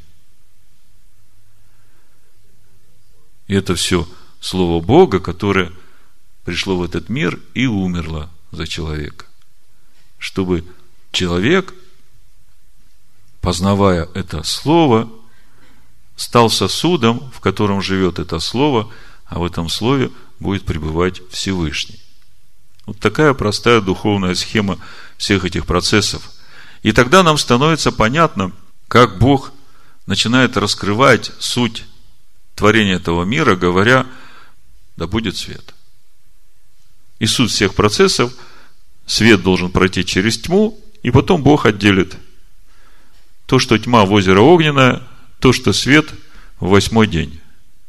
И это все Слово Бога, которое пришло в этот мир и умерло за человека. Чтобы человек, познавая это Слово, стал сосудом, в котором живет это Слово, а в этом Слове будет пребывать Всевышний. Вот такая простая духовная схема всех этих процессов. И тогда нам становится понятно, как Бог начинает раскрывать суть творения этого мира, говоря: да будет свет. И суть всех процессов: свет должен пройти через тьму, и потом Бог отделит то, что тьма в озеро огненное, то, что свет в 8-й день.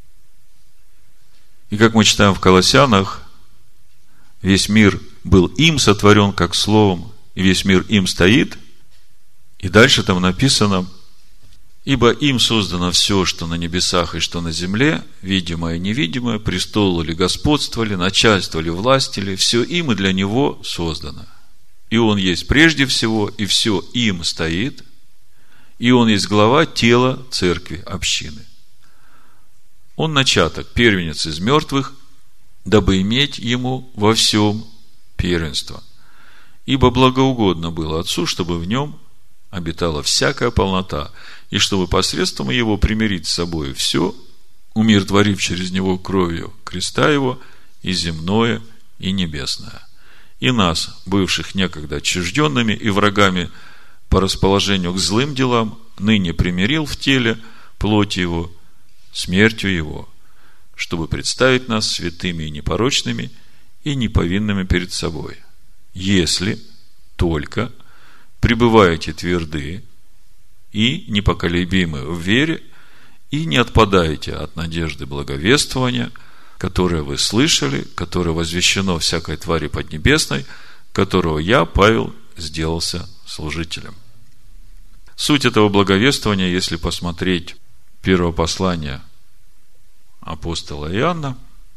И как мы читаем в Колоссянах, весь мир был им сотворен как словом, и весь мир им стоит. И дальше там написано: Ибо им создано все, что на небесах и что на земле, видимое и невидимое, престолы ли, господство ли, начальство ли, власти ли, все им и для него создано. И он есть прежде всего, и все им стоит, и он есть глава тела церкви, общины. Он начаток, первенец из мертвых, дабы иметь ему во всем первенство. Ибо благоугодно было Отцу, чтобы в нем обитала всякая полнота, и чтобы посредством его примирить с собой все, умиротворив через него кровью креста его и земное, и небесное. И нас, бывших некогда отчужденными и врагами по расположению к злым делам, ныне примирил в теле плоти его, смертью его, чтобы представить нас святыми и непорочными и неповинными перед собой. Если только пребываете тверды и непоколебимы в вере, и не отпадаете от надежды благовествования, которое вы слышали, которое возвещено всякой твари поднебесной, которого я, Павел, сделался служителем. Суть этого благовествования, если посмотреть первое послание апостола Иоанна,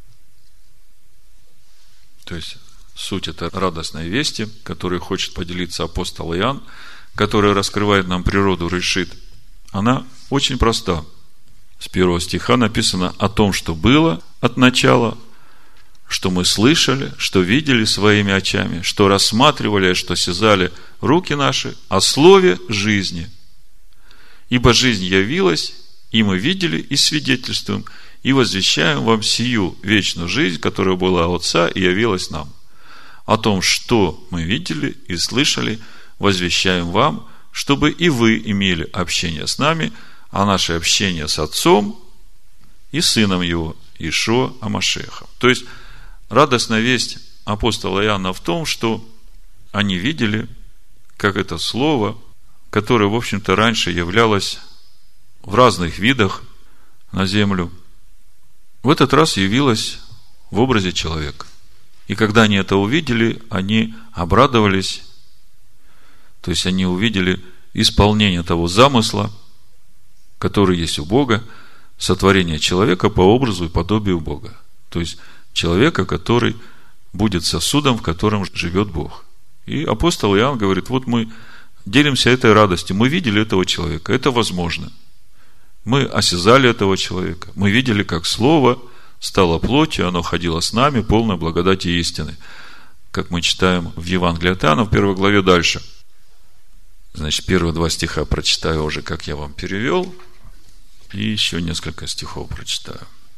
то есть суть это радостной вести, которой хочет поделиться апостол Иоанн, которая раскрывает нам природу решит, она очень проста. С 1 стиха написано о том, что было от начала, что мы слышали, что видели своими очами, что рассматривали, что созали руки наши, о слове жизни. Ибо жизнь явилась, и мы видели, и свидетельствуем, и возвещаем вам сию вечную жизнь, которая была от Отца и явилась нам. О том, что мы видели и слышали, возвещаем вам, чтобы и вы имели общение с нами, а наше общение с Отцом и Сыном Его, Иешуа ха-Машиахом. То есть, радостная весть апостола Иоанна в том, что они видели, как это слово, которое, в общем-то, раньше являлось в разных видах на землю, в этот раз явилось в образе человека. И когда они это увидели, они обрадовались. То есть они увидели исполнение того замысла, который есть у Бога, сотворение человека по образу и подобию Бога. То есть человека, который будет сосудом, в котором живет Бог. И апостол Иоанн говорит, вот мы делимся этой радостью, мы видели этого человека, это возможно. Мы осязали этого человека, мы видели, как Слово стало плотью, оно ходило с нами, полной благодати и истины. Как мы читаем в Евангелии от Иоанна, в 1 главе дальше. Значит, первые 2 стиха прочитаю уже, как я вам перевел, и еще несколько стихов прочитаю.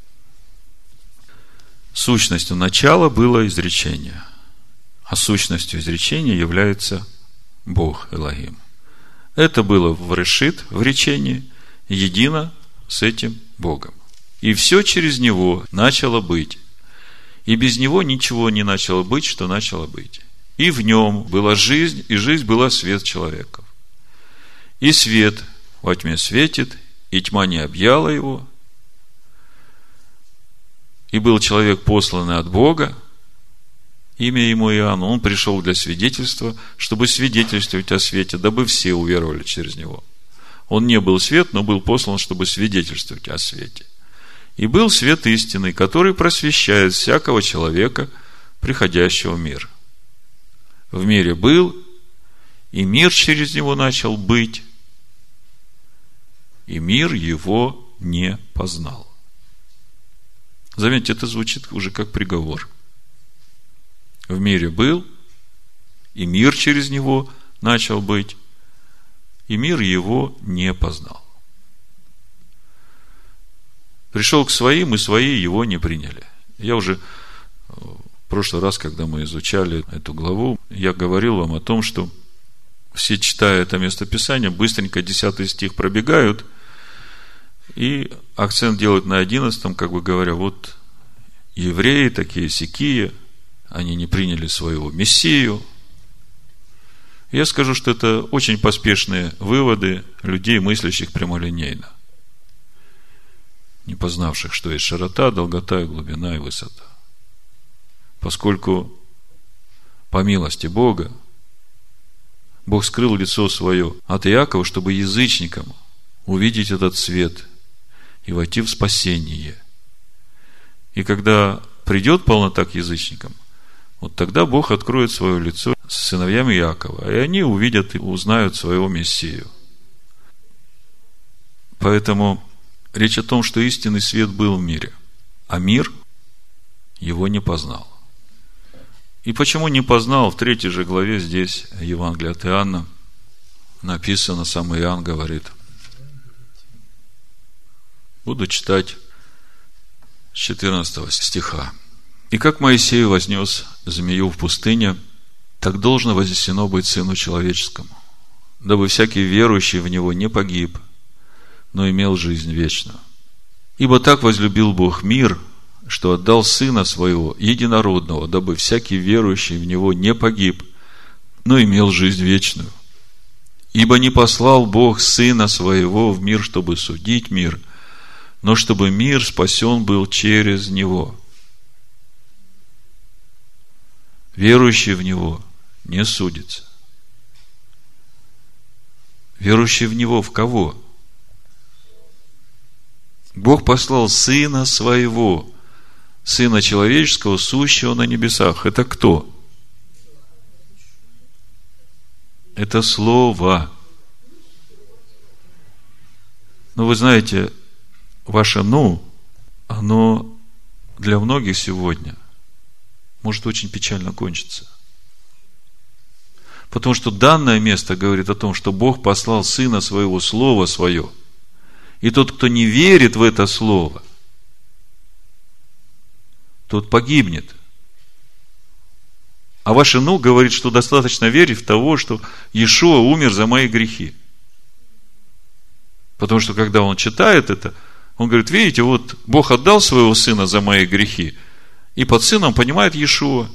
Сущностью начала было изречение, а сущностью изречения является Бог Элохим. Это было в решит, в речении, едино с этим Богом. И все через Него начало быть. И без Него ничего не начало быть, что начало быть. И в Нем была жизнь, и жизнь была свет человеков. И свет во тьме светит, и тьма не объяла его. И был человек, посланный от Бога, имя ему Иоанн. Он пришел для свидетельства, чтобы свидетельствовать о свете, дабы все уверовали через него. Он не был свет, но был послан, чтобы свидетельствовать о свете. И был свет истинный, который просвещает всякого человека, приходящего в мир. В мире был, и мир через него начал быть, и мир его не познал. Заметьте, это звучит уже как приговор. В мире был, и мир через него начал быть, и мир его не познал. Пришел к своим, и свои его не приняли. Я уже в прошлый раз, когда мы изучали эту главу, я говорил вам о том, что все, читая это местописание, быстренько 10 стих пробегают, и акцент делают на 11, как бы говоря, вот евреи такие сякие, они не приняли своего Мессию. Я скажу, что это очень поспешные выводы людей, мыслящих прямолинейно, не познавших, что есть широта, долгота, и глубина, и высота. Поскольку по милости Бога Бог скрыл лицо свое от Иакова, чтобы язычникам увидеть этот свет и войти в спасение. И когда придет полнота к язычникам, вот тогда Бог откроет свое лицо с сыновьями Иакова, и они увидят и узнают своего Мессию. Поэтому речь о том, что истинный свет был в мире, а мир его не познал. И почему не познал? В 3 же главе здесь Евангелия от Иоанна написано, сам Иоанн говорит. Буду читать с 14 стиха. «И как Моисей вознес змею в пустыне, так должно вознесено быть Сыну Человеческому, дабы всякий верующий в Него не погиб, но имел жизнь вечную. Ибо так возлюбил Бог мир, что отдал Сына Своего Единородного, дабы всякий верующий в Него не погиб, но имел жизнь вечную. Ибо не послал Бог Сына Своего в мир, чтобы судить мир, но чтобы мир спасен был через Него. Верующий в Него не судится». Верующий в Него в кого? Бог послал Сына Своего, Сына Человеческого, сущего на небесах. Это кто? Это Слово. Но вы знаете, ваше «ну», оно для многих сегодня может очень печально кончиться. Потому что данное место говорит о том, что Бог послал Сына Своего, Слово Свое. И тот, кто не верит в это Слово, тот погибнет. А ваше «ну» говорит, что достаточно верить в того, что Иешуа умер за мои грехи. Потому что, когда он читает это, он говорит: видите, вот Бог отдал своего Сына за мои грехи, и под Сыном понимает Иешуа.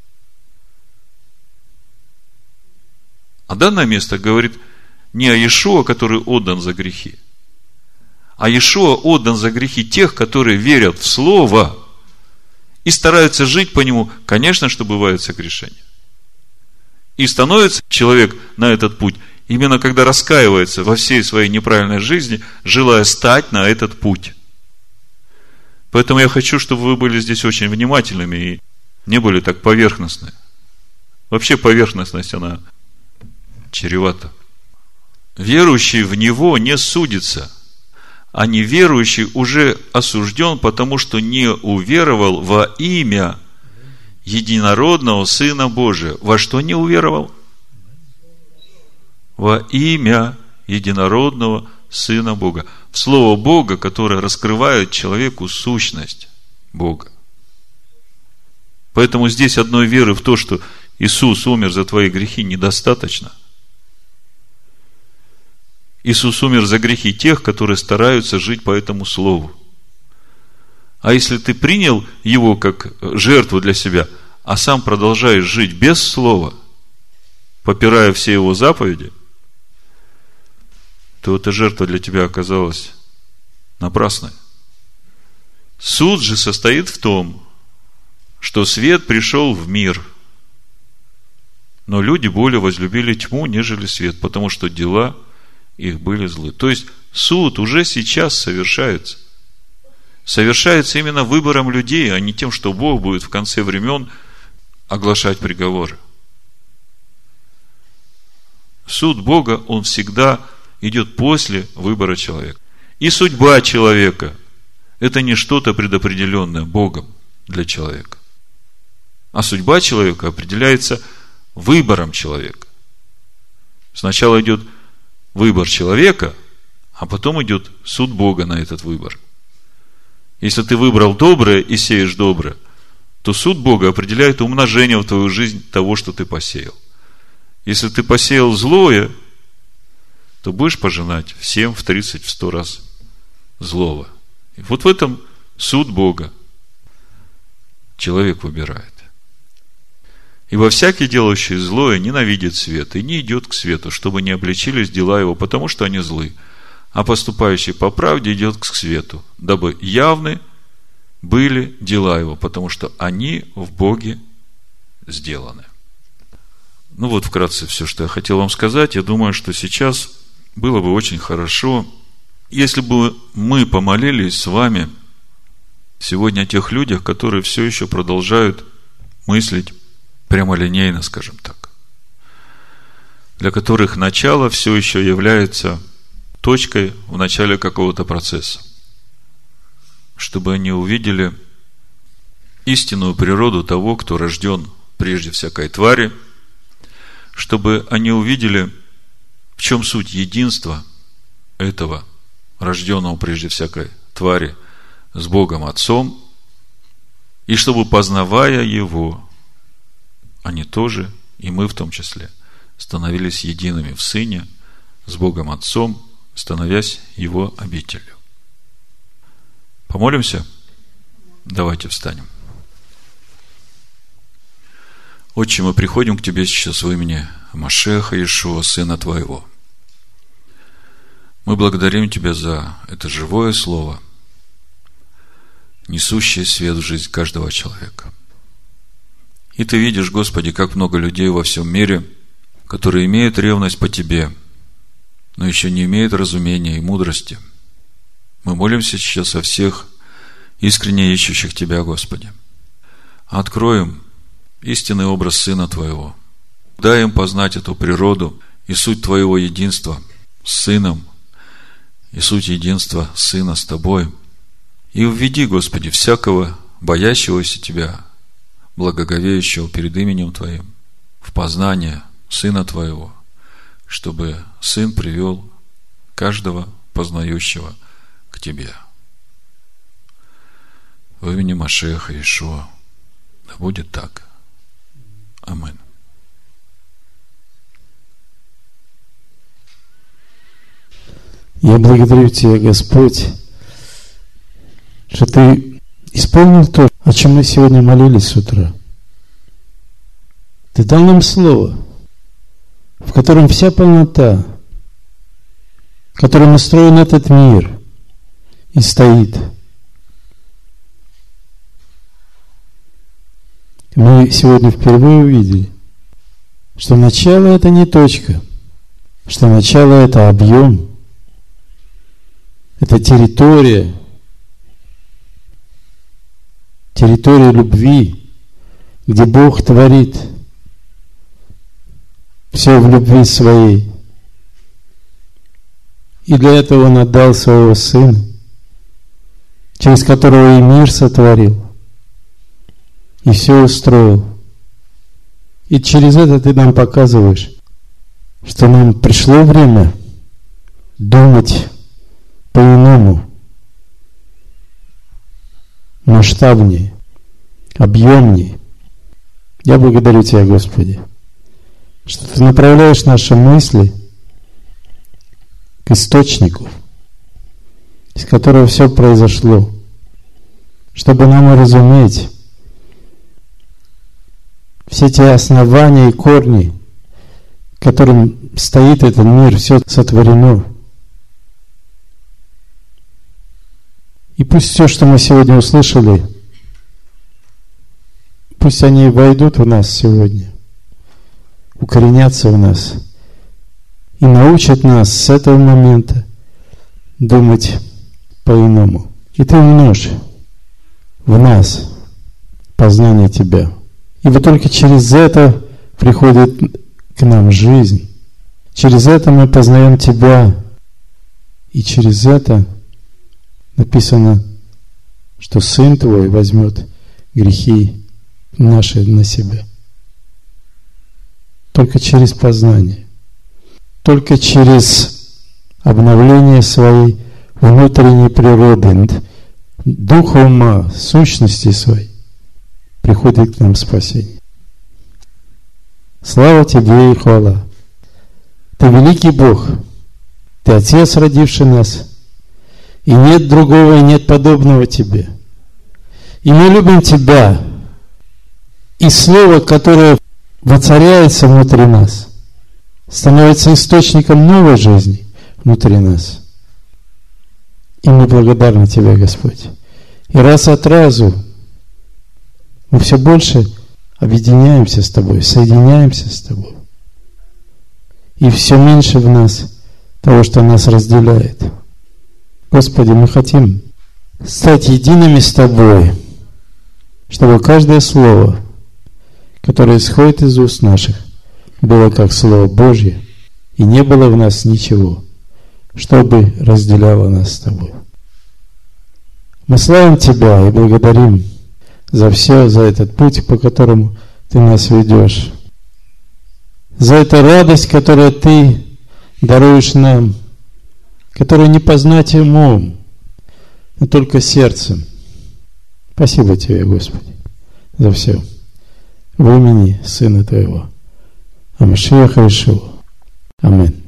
А данное место говорит не о Иешуа, который отдан за грехи, а Иешуа отдан за грехи тех, которые верят в Слово и стараются жить по нему. Конечно, что бывает согрешение. И становится человек на этот путь именно когда раскаивается во всей своей неправильной жизни, желая стать на этот путь. Поэтому я хочу, чтобы вы были здесь очень внимательными и не были так поверхностны. Вообще поверхностность, она чревата. Верующий в Него не судится, а неверующий уже осужден, потому что не уверовал во имя единородного Сына Божия. Во что не уверовал? Во имя единородного Сына Бога. В Слово Бога, которое раскрывает человеку сущность Бога. Поэтому здесь одной веры в то, что Иисус умер за твои грехи, недостаточно. Иисус умер за грехи тех, которые стараются жить по этому Слову. А если ты принял Его как жертву для себя, а сам продолжаешь жить без Слова, попирая все Его заповеди, то эта жертва для тебя оказалась напрасной. Суд же состоит в том, что свет пришел в мир, но люди более возлюбили тьму, нежели свет, потому что дела их были злы. То есть суд уже сейчас совершается. Совершается именно выбором людей, а не тем, что Бог будет в конце времен оглашать приговоры. Суд Бога, он всегда идет после выбора человека. И судьба человека – это не что-то предопределенное Богом для человека. А судьба человека определяется выбором человека. Сначала идет выбор человека, а потом идет суд Бога на этот выбор. Если ты выбрал доброе и сеешь доброе, то суд Бога определяет умножение в твою жизнь того, что ты посеял. Если ты посеял злое, то будешь пожинать в 7, в 30, в 100 раз злого. И вот в этом суд Бога. Человек выбирает. Ибо всякий, делающий злое, ненавидит свет и не идет к свету, чтобы не обличились дела его, потому что они злы. А поступающий по правде идет к свету, дабы явны были дела его, потому что они в Боге сделаны. Ну вот вкратце все, что я хотел вам сказать. Я думаю, что сейчас было бы очень хорошо Если бы мы помолились с вами сегодня о тех людях, которые все еще продолжают мыслить прямолинейно, скажем так, для которых начало все еще является точкой в начале какого-то процесса, чтобы они увидели истинную природу того, кто рожден прежде всякой твари, чтобы они увидели, в чем суть единства этого рожденного прежде всякой твари с Богом Отцом, и чтобы, познавая Его, они тоже, и мы в том числе, становились едиными в Сыне с Богом Отцом, становясь Его обителью. Помолимся? Давайте встанем. Отче, мы приходим к Тебе сейчас в имени Машеха Иешуа, Сына Твоего. Мы благодарим Тебя за это живое Слово, несущее свет в жизнь каждого человека. И Ты видишь, Господи, как много людей во всем мире, которые имеют ревность по Тебе, но еще не имеют разумения и мудрости. Мы молимся сейчас о всех искренне ищущих Тебя, Господи. Откроем истинный образ Сына Твоего. Дай им познать эту природу и суть Твоего единства с Сыном, и суть единства Сына с Тобой. И введи, Господи, всякого боящегося Тебя, благоговеющего перед именем Твоим, в познание Сына Твоего, чтобы Сын привел каждого познающего к Тебе. В имени Машеха Иешуа. Да будет так. Аминь. Я благодарю Тебя, Господь, что Ты исполнил то, о чем мы сегодня молились с утра. Ты дал нам Слово, в котором вся полнота, в котором устроен этот мир и стоит. Мы сегодня впервые увидели, что начало – это не точка, что начало – это объем, это территория любви, где Бог творит все в любви своей. И для этого Он отдал Своего Сына, через которого и мир сотворил, и все устроил. И через это Ты нам показываешь, что нам пришло время думать по-иному, масштабнее, объемнее. Я благодарю Тебя, Господи, что Ты направляешь наши мысли к источнику, из которого все произошло, чтобы нам уразуметь все те основания и корни, которым стоит этот мир, все сотворено. И пусть все, что мы сегодня услышали, пусть они войдут в нас сегодня, укоренятся в нас и научат нас с этого момента думать по-иному. И Ты умножь в нас познание Тебя. Ибо только через это приходит к нам жизнь. Через это мы познаем Тебя. И через это написано, что Сын Твой возьмет грехи наши на себя. Только через познание. Только через обновление своей внутренней природы, духа ума, сущности своей, приходит к нам спасение. Слава Тебе и хвала. Ты великий Бог. Ты Отец, родивший нас. И нет другого, и нет подобного Тебе. И мы любим Тебя. И Слово, которое воцаряется внутри нас, становится источником новой жизни внутри нас. И мы благодарны Тебе, Господь. И раз от разу мы все больше объединяемся с Тобой, соединяемся с Тобой. И все меньше в нас того, что нас разделяет. Господи, мы хотим стать едиными с Тобой, чтобы каждое слово, которое исходит из уст наших, было как Слово Божье, и не было в нас ничего, чтобы разделяло нас с Тобой. Мы славим Тебя и благодарим за все, за этот путь, по которому Ты нас ведешь, за эту радость, которую Ты даруешь нам, которую не познать умом, но только сердцем. Спасибо Тебе, Господи, за все. В имени Сына Твоего, Амашиаха Иешуа. Аминь.